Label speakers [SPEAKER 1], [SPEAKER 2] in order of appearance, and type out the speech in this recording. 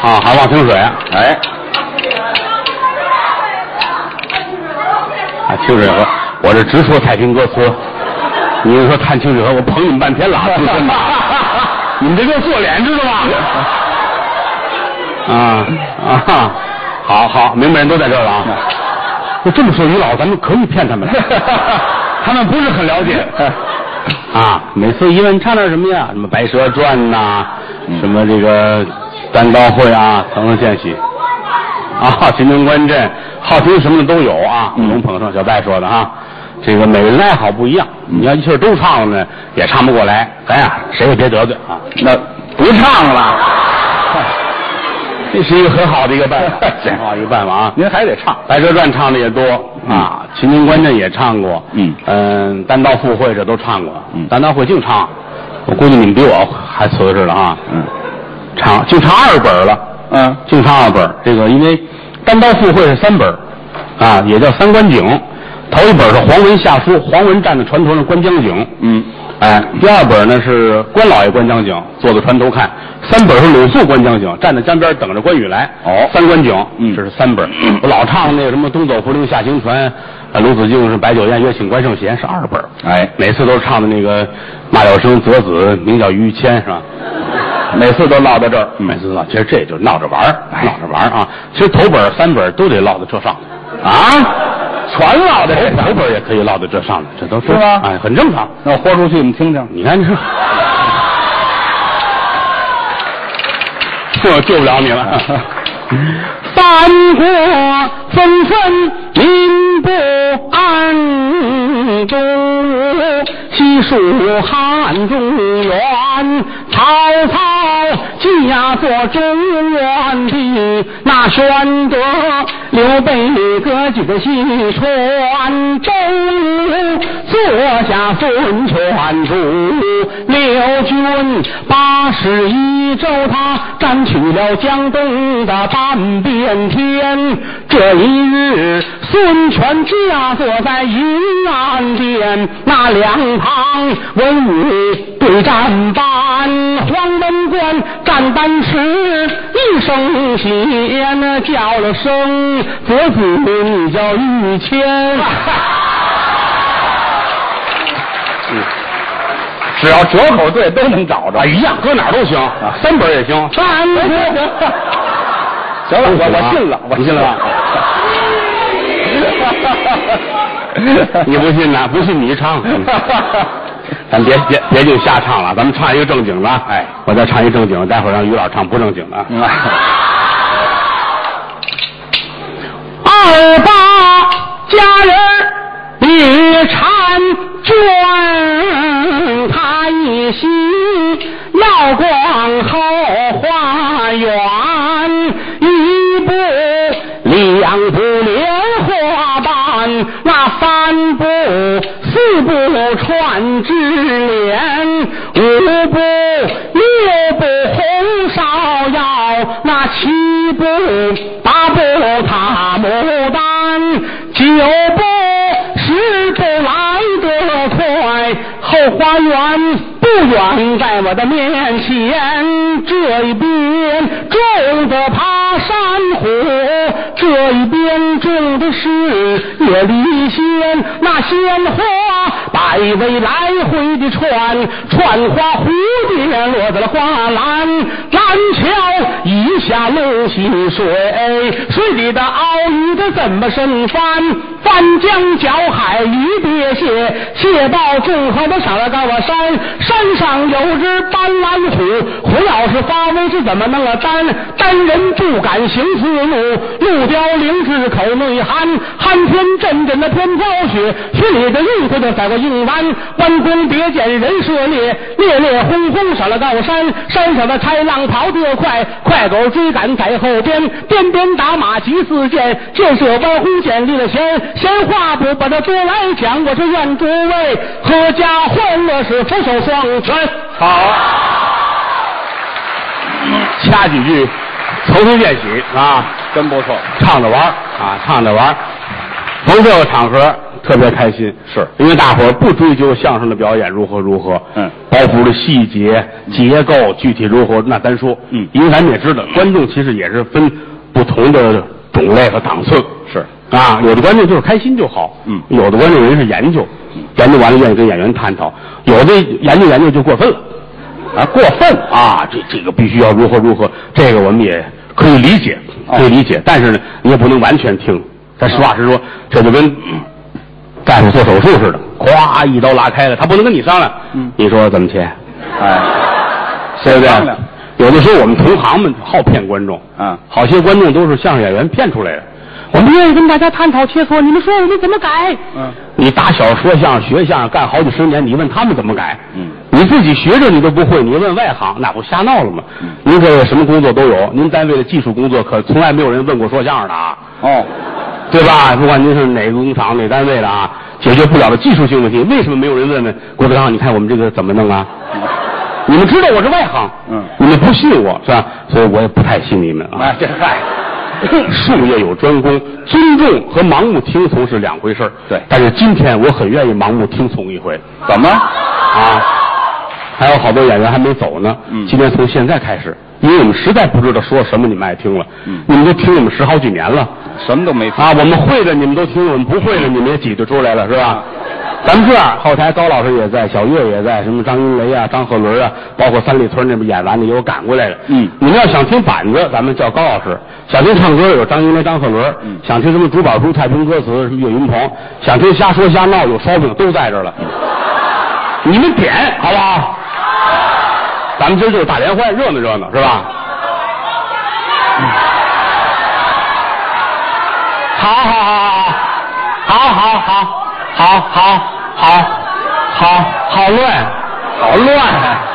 [SPEAKER 1] 啊，还忘清水，
[SPEAKER 2] 哎，
[SPEAKER 1] 啊，清水河，我这直说太平歌词，你们说看清水河，我捧你们半天了，自身的，你们这叫做脸，知道吗？好，明白人都在这儿了啊。就这么说，于老，咱们可以骗他们了，他们不是很了解。啊，每次一问唱点什么呀？什么《白蛇传》呐，什么这个单刀会啊，层层见喜啊，秦城关镇，好听什么的都有啊。龙捧上小戴说的啊，这个每个人爱好不一样，你要一气都唱了呢，也唱不过来。咱呀，谁也别得罪啊。
[SPEAKER 2] 那不唱了，
[SPEAKER 1] 这是一个很好的一个办法，很好一个办法啊。
[SPEAKER 2] 您还得唱《
[SPEAKER 1] 白蛇传》唱的也多啊，秦城关镇也唱过，单刀赴会这都唱过，单刀会净唱，我估计你们比我还瓷实了啊，净唱2本了，净唱2本。这个因为单刀赴会是3本，啊，也叫3关景。头1本是黄文下书，黄文站在船头上观江景，第2本呢是关老爷观江景，坐在船头看。3本是鲁肃观江景，站在江边等着关羽来。3关景，这是3本。我老唱那个什么东走福陵下行船，卢子敬是白酒宴约请关圣贤是2本。每次都是唱的那个马了生择子名叫于谦是吧？
[SPEAKER 2] 每次都落到这儿，
[SPEAKER 1] 每次都落。其实这就是闹着玩啊。其实头本3本都得落到这上啊。全落的头本也可以落到这上的，这都是
[SPEAKER 2] 吗？
[SPEAKER 1] 哎，很正常。
[SPEAKER 2] 那我豁出去，你们听听。
[SPEAKER 1] 你看你说，这我救不了你了。三国纷纷民不安中，西蜀汉中原，曹操驾作中原地，那玄德刘备割据的西川州，坐下孙权主，刘军81州，他占据了江东的半边天。这一日，孙权驾坐在银安殿，那两旁文武对战班，黄门关战单时一声先叫了声择子，你叫于谦。
[SPEAKER 2] 只要折口对都能找着，
[SPEAKER 1] 一样搁哪儿都行，3本也行，3本。
[SPEAKER 2] 行了，我信了，
[SPEAKER 1] 你信了吧？你不信呢？不信你唱。咱别就瞎唱了，咱们唱一个正经的。哎，我再唱一个正经的，待会儿让于老唱不正经的。28家人也婵娟，他一心要逛后花园，一步2步莲花瓣，那3步4步串枝莲，5步6步红芍药，那7步8步塔牡丹，9步10步来得快，后花园不远在我的面前，这一边种的爬山虎，这一边种的是野梨仙，那鲜花百围来回的串花蝴蝶落在了花篮，蓝桥一下露溪水里的鳌鱼的怎么生翻江搅海鱼鳖蟹抱众河的上了高啊山上有只斑斓虎要是发威是怎么弄啊单人不敢行四路雕灵芝口内寒天阵阵的天飘雪里的运回的载过硬弯弓别见人射烈轰上了高山上的豺狼跑得快狗追赶在后边打马急似箭射弯弓箭立了闲话不把它多来讲，我是愿诸位阖家欢乐是俯首双拳。好，掐几句层层见喜啊，
[SPEAKER 2] 真不错，
[SPEAKER 1] 唱着玩啊，唱着玩。逢这个场合特别开心。
[SPEAKER 2] 是
[SPEAKER 1] 因为大伙儿不追究相声的表演如何，包袱的细节、结构具体如何，那单说。因为咱们也知道，观众其实也是分不同的种类和档次。
[SPEAKER 2] 是
[SPEAKER 1] 啊，有的观众就是开心就好。有的观众人是研究，研究完了愿意跟演员探讨，有的研究就过分了。啊，过分啊！这个必须要如何，这个我们也可以理解，但是呢，你也不能完全听。咱实话实说，这就跟大夫做手术似的，咵一刀拉开了，他不能跟你商量。你说怎么切？
[SPEAKER 2] 哎，
[SPEAKER 1] 对不对？
[SPEAKER 2] 商量。
[SPEAKER 1] 有的时候我们同行们好骗观众，好些观众都是相声演员骗出来的。我们愿意跟大家探讨切磋，你们说我们怎么改？你打小说相声、学相声干好几十年，你问他们怎么改？你自己学着你都不会，你问外行，那不瞎闹了吗？您这个什么工作都有，您单位的技术工作可从来没有人问过说相声的啊。对吧？不管您是哪个工厂、哪单位的啊，解决不了的技术性问题，为什么没有人问郭德纲？你看我们这个怎么弄啊？你们知道我是外行，你们不信我是吧？所以我也不太信你们啊。
[SPEAKER 2] 这嗨。
[SPEAKER 1] 术业有专攻，尊重和盲目听从是两回事。
[SPEAKER 2] 对，
[SPEAKER 1] 但是今天我很愿意盲目听从一回。
[SPEAKER 2] 怎么？
[SPEAKER 1] 啊，还有好多演员还没走呢。今天从现在开始，因为我们实在不知道说什么你们爱听了。你们都听我们10好几年了，
[SPEAKER 2] 什么都没听
[SPEAKER 1] 啊。我们会的你们都听，我们不会的你们也挤得出来了，是吧？咱们这样，后台高老师也在，小岳也在，什么张云雷啊、张鹤伦啊，包括三里屯那边演完的也有赶过来的。你们要想听板子，咱们叫高老师；想听唱歌有张云雷、张鹤伦；想听什么珠宝书、太平歌词，什么岳云鹏；想听瞎说瞎闹有烧饼，都在这儿了。你们点好不好？咱们今儿就是大联欢，热闹热闹，是吧？好乱，